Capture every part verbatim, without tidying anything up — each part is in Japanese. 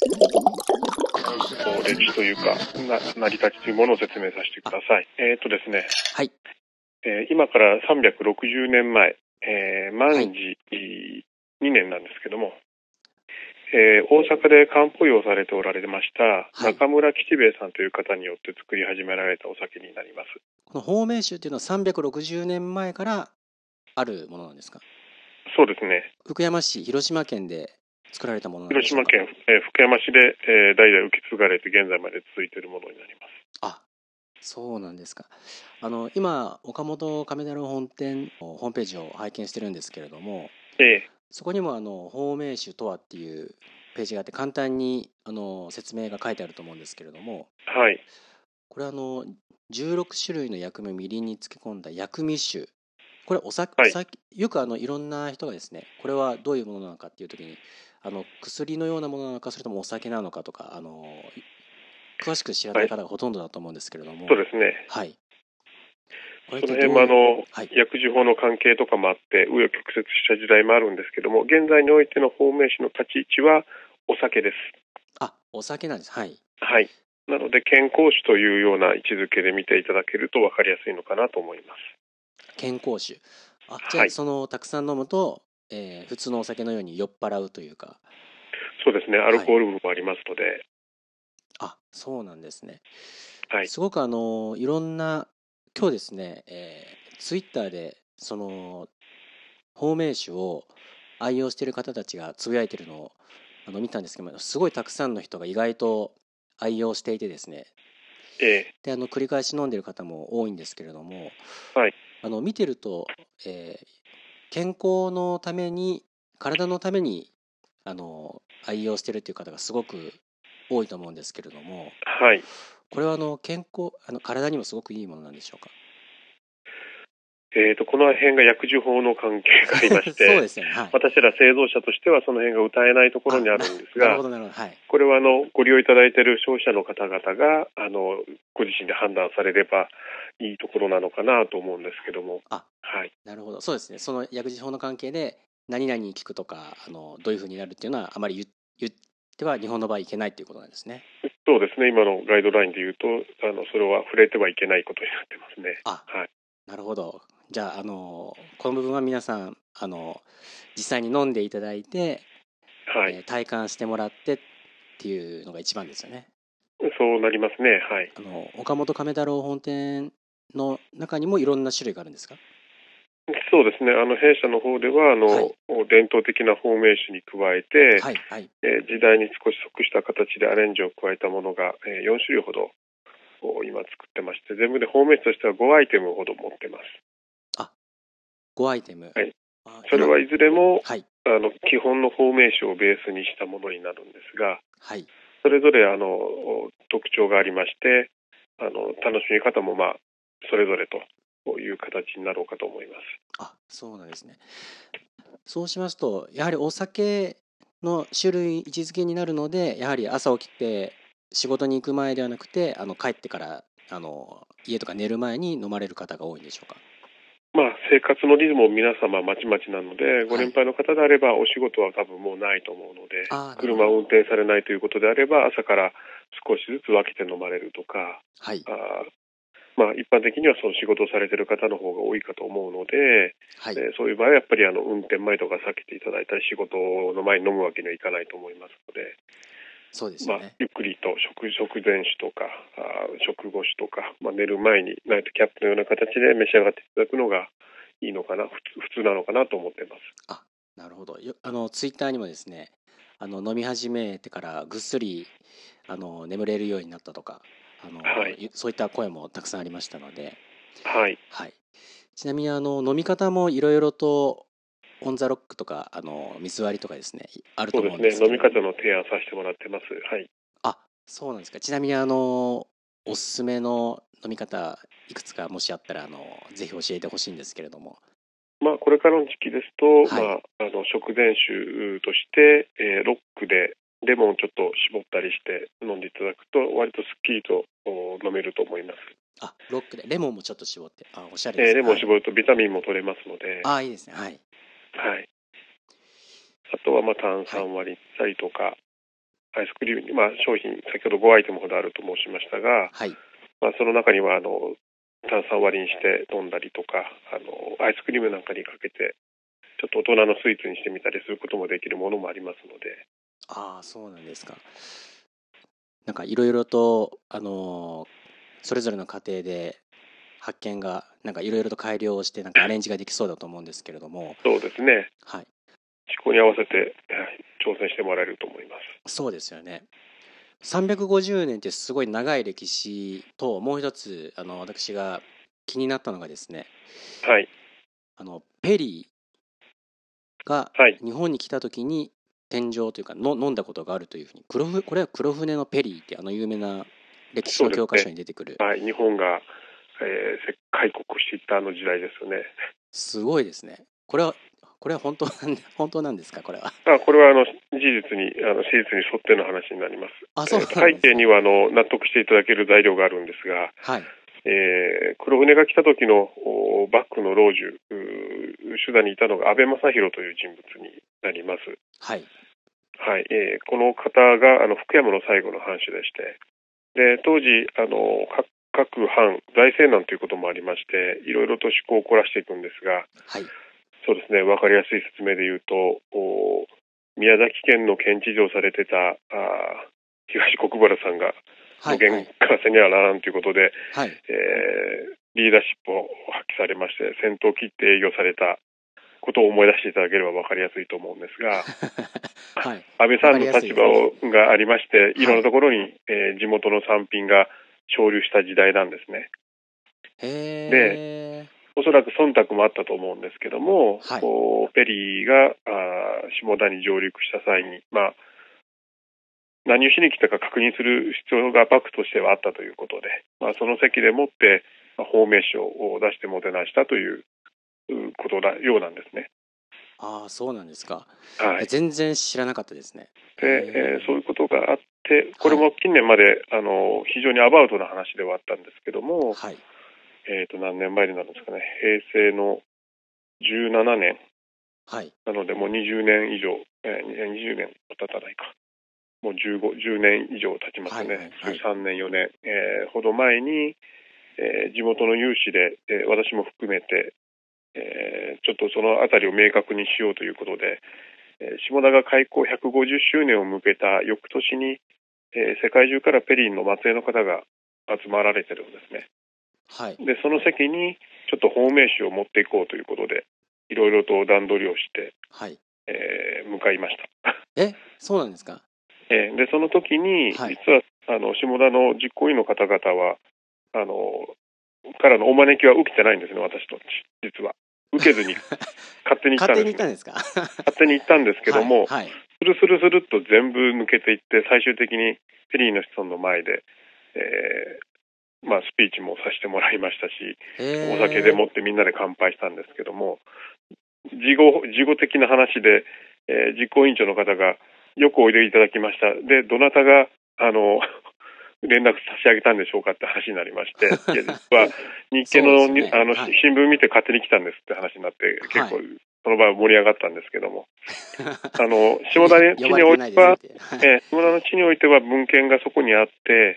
歴史というかな成り立ちというものを説明させてください。えっとですね、 はい、 えー今からさんびゃくろくじゅうねんまえ、えー、万治にねんなんですけども、えー大阪で漢方医をされておられました、 はい、 中村吉兵衛さんという方によって作り始められたお酒になります。 この芳名酒っていうのはさんびゃくろくじゅうねんまえからあるものなんですか？ そうですね。 福山市、広島県で作られたものなんでしょうか？ 広島県、えー福山市で、えー代々受け継がれて現在まで続いているものになります。 あ、そうなんですか。あの今岡本亀太郎本店のホームページを拝見してるんですけれども、 えそこにもあの芳名酒とはっていうページがあって簡単にあの説明が書いてあると思うんですけれども、 ーはい。 これあのじゅうろく種類の薬味をみりんに漬け込んだ薬味酒、これお酒、おはい。 酒よくあのいろんな人がですね、これはどういうものなのかっていう時に、あの薬のようなものなのかそれともお酒なのかとか、あの詳しく知らなはい。 い方がほとんどだと思うんですけれども、 そうですね。 はい、これっそのてどういう、 辺もあのはい、 薬事法の関係とかもあって紆余曲折した時代もあるんですけども、現在においての芳名酒の立ち位置はお酒です。 あ、お酒なんです。はい、 はい。なので健康酒というような位置づけで見ていただけると分かりやすいのかなと思います。 健康酒。あ、じゃはい。 あそのたくさん飲むと、えー普通のお酒のように酔っ払うというか、 そうですね。アルはい、 コール分もありますので。 あ、そうなんですね。 はい。 すごくあのいろんな今日ですね、えー、ツイッターでその芳名酒を愛用している方たちがつぶやいているのをあの見たんですけども、すごいたくさんの人が意外と愛用していてですね、 えであの繰り返し飲んでいる方も多いんですけれども、 ーはい。 あの見てると、えー健康のために体のためにあの愛用しているという方がすごく多いと思うんですけれども、 はい。 これはあの健康あの体にもすごくいいものなんでしょうか？ えーと、この辺が薬事法の関係がありましそうでて、 すよね。はい。 私ら製造者としてはその辺が歌えないところあ、 にあな、 るんですが、 なるほど、なるほど。はい。 これはあのご利用いただいている消費者の方々があのご自身で判断されればいいところなのかなと思うんですけども、 あ、 はい、 なるほど。そうですね。その薬事法の関係で、何々に効くとか、あの、どういうふうになるっていうのは、あまり言言っては日本の場合いけないっていうことなんですね。 そうですね、今のガイドラインで言うとあのそれは触れてはいけないことになってますね。 あ、 はい、 なるほど。じゃあ、あの、この部分は皆さん、あの、実際に飲んでいただいて、 はい、 えー体感してもらってっていうのが一番ですよね。 そうなりますね。はい。 あの、岡本亀太郎本店の中にもいろんな種類があるんですか？ そうですね。あの弊社の方ではあのはい。 伝統的な芳名酒に加えて、 はい。はい。 えー時代に少し即した形でアレンジを加えたものが、えーよん種類ほど今作ってまして、全部で芳名酒としてはごアイテムほど持ってます。 あ、ごアイテム。 はい。 あ、今、 それはいずれもはい。 あの基本の芳名酒をベースにしたものになるんですが、 はい。 それぞれあの特徴がありまして、あの楽しみ方もまあそれぞれという形になろうかと思います。 あ、そうなんですね。そうしますと、やはりお酒の種類位置づけになるので、やはり朝起きて仕事に行く前ではなくて、あの帰ってからあの家とか寝る前に飲まれる方が多いんでしょうか？ まあ、生活のリズムも皆様まちまちなので、ごはい。 年配の方であればお仕事は多分もうないと思うので、 ああ、なるほど。 車を運転されないということであれば朝から少しずつ分けて飲まれるとか、 はい。 あまあ、一般的にはその仕事をされている方の方が多いかと思うので、 はい。 えーそういう場合はやっぱりあの運転前とか避けていただいたり、仕事の前に飲むわけにはいかないと思いますので、 そうですよまあ、 ね。 ゆっくりと食食前酒とかあ食後酒とか、まあ、寝る前にナイトキャップのような形で召し上がっていただくのがいいのかな、普通普通なのかなと思っています。 あ、なるほど。よあのツイッターにもですね、あの飲み始めてからぐっすりあの眠れるようになったとか、あのはい。 ゆそういった声もたくさんありましたので、 はい。 はい。ちなみにあの飲み方もいろいろとオンザロックとかあの水割りとかですね、あると思うんそうですね。 ですけれども、 飲み方の提案させてもらってます。はい。 あ、そうなんですか。ちなみにあのおすすめの飲み方いくつかもしあったらあのぜひ教えてほしいんですけれども。 まあ、これからの時期ですと、 はい。 まあ、あの食前酒として、えーロックでレモンをちょっと絞ったりして飲んでいただくと割とすっきりとお飲めると思います。 あ、ロックでレモンもちょっと絞って、あ、おしゃれでえーすね。はい。 レモンを絞るとビタミンも取れますので、 ああ、いいですね。はい。 はい。あとはまあ炭はい。 酸割りにしたりとか、 アイスクリーム、まあ、商品、先ほどごアイテムほどあると申しましたが、 はい。 まあ、その中にはあの炭酸割りにして飲んだりとか、あのアイスクリームなんかにかけてちょっと大人のスイーツにしてみたりすることもできるものもありますので。 ああ、そうなんですか。なんかいろいろと、あのーそれぞれの家庭で発見が、なんかいろいろと改良をして、なんかアレンジができそうだと思うんですけれども、 そうですね。 はい。 嗜好に合わせて、はい挑戦してもらえると思います。 そうですよね。さんびゃくごじゅうねんってすごい長い歴史と、もう一つ、あの、私が気になったのがですね、 はい。 あの、ペリーがはい。 日本に来た時に天井というかの飲んだことがあるというふうに、黒ふこれは黒船のペリーってあの有名な歴史そうですの教科書ね。 に出てくる、 はい。日本が、えー、開国していったあの時代ですよね。 すごいですね。これは、これは本当なんで、本当なんですか、これは。 あ、これはあの事実に、あの史実に沿っての話になります。 あ、そうえーとなんですか。 背景にはあの納得していただける材料があるんですが、 はい。 えー黒船が来た時のおバックの老中、うー手段にいたのが安倍正弘という人物になります。 はい。 はい。えーこの方があの福山の最後の藩主でして、で当時あの各各藩財政難ということもありまして、いろいろと趣向を凝らしていくんですが、 はい。 そうですね、わかりやすい説明で言うと、お宮崎県の県知事をされてたあ東国原さんがはい。 無限はい。 化せにはならんということで、 はい。 えーリーダーシップを発揮されまして、先頭を切って営業されたことを思い出していただければ分かりやすいと思うんですが、 はい。 安倍さんのわかりやすい立場ですね。 をがありまして、いろんなはい。 ところに、えー地元の産品が潮流した時代なんですね。で、 へえ。 おそらく忖度もあったと思うんですけども、 はい。 こうペリーがあー下田に上陸した際に、まあ、何をしに来たか確認する必要が幕府としてはあったということで、まあ、その席でもって、まあ、芳名書を出してもてなしたといううことだようなんですね。 ああ、そうなんですか。 はい。 全然知らなかったですね。 で、えーへえ。 そういうことがあって、これはい。 も近年まであの非常にアバウトな話ではあったんですけども、 はい。 えーと何年前になるんですかね、平成のじゅうななねんはい。 なので、もうにじゅうねん以上、えー、にじゅうねん経たないか、もうじゅうご、じゅうねん以上経ちますはい。はよね。 い。はい。 じゅうさんねん、よねん、えーほど前に、えー地元の有志で、えー私も含めて、えーちょっとそのあたりを明確にしようということで、えー下田が開港ひゃくごじゅっしゅうねんを迎えた翌年に、えー世界中からペリーの末裔の方が集まられてるんですね。 はい。 で、その席にちょっと芳名酒を持っていこうということで、いろいろと段取りをして、 はい。 えー向かいました。 え、そうなんですか。 えーで、その時に、 はい。 実は、あの、下田の実行委員の方々は、あの、からのお招きは受けてないんですね、私と、実は。受けずに勝手に行っ勝たんですね。 手に行ったんですか。 勝手に行ったんですけどはい。 も、 はい。 スルスルスルっと全部抜けていって、最終的にペリーの子孫の前で、えーまあ、スピーチもさせてもらいましたし、 へお酒でえ。 もってみんなで乾杯したんですけども、事後、事後的な話で、えー実行委員長の方が、よくおいでいただきました。で、どなたが、あの、連絡差し上げたんでしょうかって話になりまして、いや、実は日経そうでのすよね。 にあのはい。 新聞見て勝手に来たんですって話になって、結構はい。 その場は盛り上がったんですけども、あの、下田の呼地にばれてないですっおいては、 て。はい。 えー下田の地においては文献がそこにあって、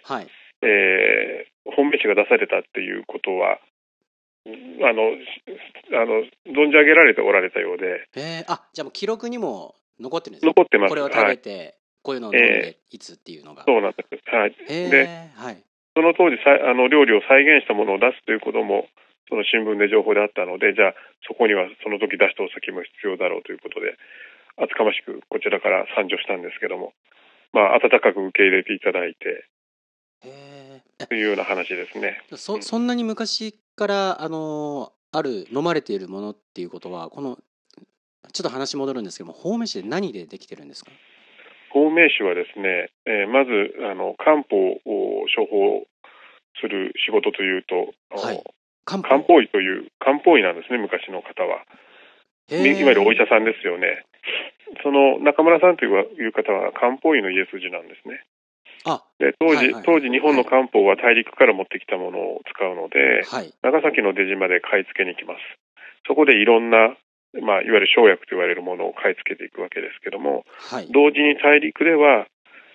はい。 えー、本名詞が出されたっていうことは、あの、あの、存じ上げられておられたようで、 えー、あ、じゃあもう記録にも残ってるんですね。 残ってます。 これを食はい。 べて、こういうのを飲んえで、いつっていうのー、 が。 そうなんです。はい。で、 へえ、はい。 その当時さあの料理を再現したものを出すということもその新聞で情報であったので、じゃあそこにはその時出したお酒も必要だろうということで、厚かましくこちらから参上したんですけども、まあ温かく受け入れていただいてへえ。 というような話ですね。 え、そ、 うん、 そんなに昔から、あのーある、飲まれているものっていうことは、この、ちょっと話戻るんですけども、青梅市で何でできてるんですか？ 芳名酒はですね、えーまずあの漢方を処方する仕事というと、 はい。漢漢方。 方医という漢方医なんですね、昔の方は。 へいわゆるお医え。 者さんですよね。その中村さんという方は漢方医の家筋なんですね。 あ、 で当時、 はいはいはい。 当時日本はい。 の漢方は大陸から持ってきたものを使うので、 はい。 長崎の出島で買い付けに来ます。そこでいろんな、まあ、いわゆる生薬と言われるものを買い付けていくわけですけども、 はい。 同時に大陸では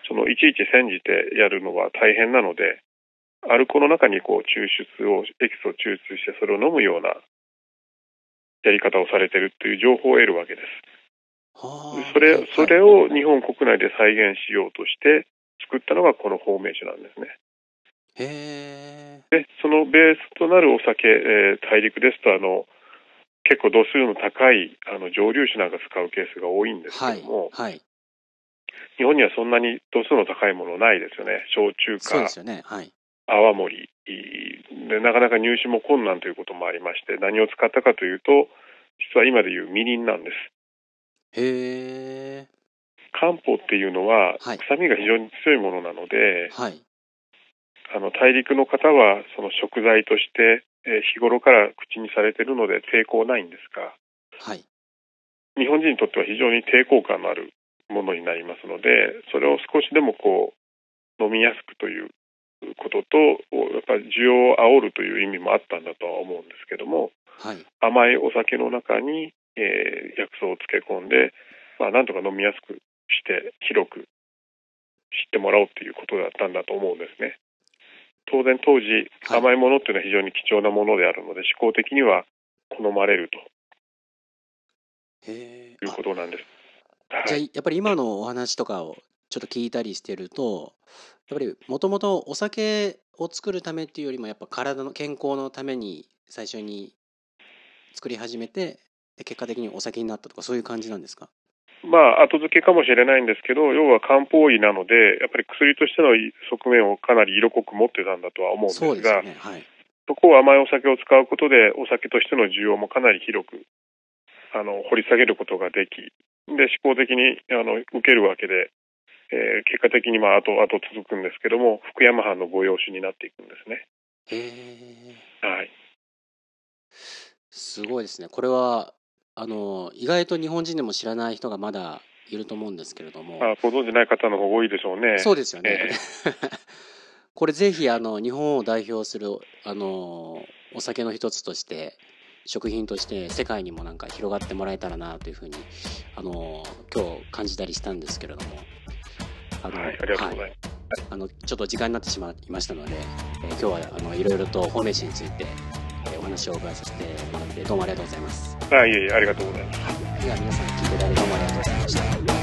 そのいちいち煎じてやるのは大変なので、アルコールの中にこう抽出を、エキスを抽出してそれを飲むようなやり方をされているという情報を得るわけです。 はあ、 それ、 はい、 それを日本国内で再現しようとして作ったのがこの芳名酒なんですね。 へえ。 で、そのベースとなるお酒、えー大陸ですとあの結構度数の高いあの蒸留酒なんか使うケースが多いんですけはい、 ども、 はい。 日本にはそんなに度数の高いものないですよね。焼酎かそうですよね。はい。 泡盛で、なかなか入手も困難ということもありまして、何を使ったかというと、実は今でいうみりんなんです。 へえ。 漢方っていうのははい、 臭みが非常に強いものなので、 はい、 あの大陸の方はその食材として、えー日頃から口にされているので抵抗ないんですが、 はい。 日本人にとっては非常に抵抗感のあるものになりますので、それを少しでもこう飲みやすくということと、やっぱり需要を煽るという意味もあったんだとは思うんですけども、 はい。 甘いお酒の中に、えー薬草を漬け込んで、まあ、なんとか飲みやすくして広く知ってもらおうということだったんだと思うんですね。当然当時、 はい甘いものっていうのは非常に貴重なものであるので、嗜好的には好まれるとへえ。 いうあ、 ことなんです。 じゃあ、 はい。 やっぱり今のお話とかをちょっと聞いたりしてると、やっぱりもともとお酒を作るためっていうよりも、やっぱ体の健康のために最初に作り始めて、で結果的にお酒になったとか、そういう感じなんですか？ まあ、後付けかもしれないんですけど、要は漢方医なので、やっぱり薬としての側面をかなり色濃く持ってたんだとは思うんですが、 そうですよね。はい。 そこを甘いお酒を使うことで、お酒としての需要もかなり広くあの掘り下げることができ、で思考的にあの受けるわけで、えー結果的にまあ後々続くんですけども、福山藩の御用酒になっていくんですね。 へえ。 はい。 すごいですね。これはあの意外と日本人でも知らない人がまだいると思うんですけれども、 まあ、ご存じない方の方が多いでしょうね。 そうですよね。 えこれぜひあの日本を代表するあのお酒の一つとして食品として世界にもなんか広がってもらえたらなというふうにあの今日感じたりしたんですけれども、あのーはい、ありがとうはいございます。 あのちょっと時間になってしまいましたので、えー今日はあのいろいろとフォーメーションについて、えーお話をお伺いさせてもらってどうもありがとうございます。 あ、いえいえ、ありがとうございます。 はい、では皆さん聞いていただいてどうもありがとうございました。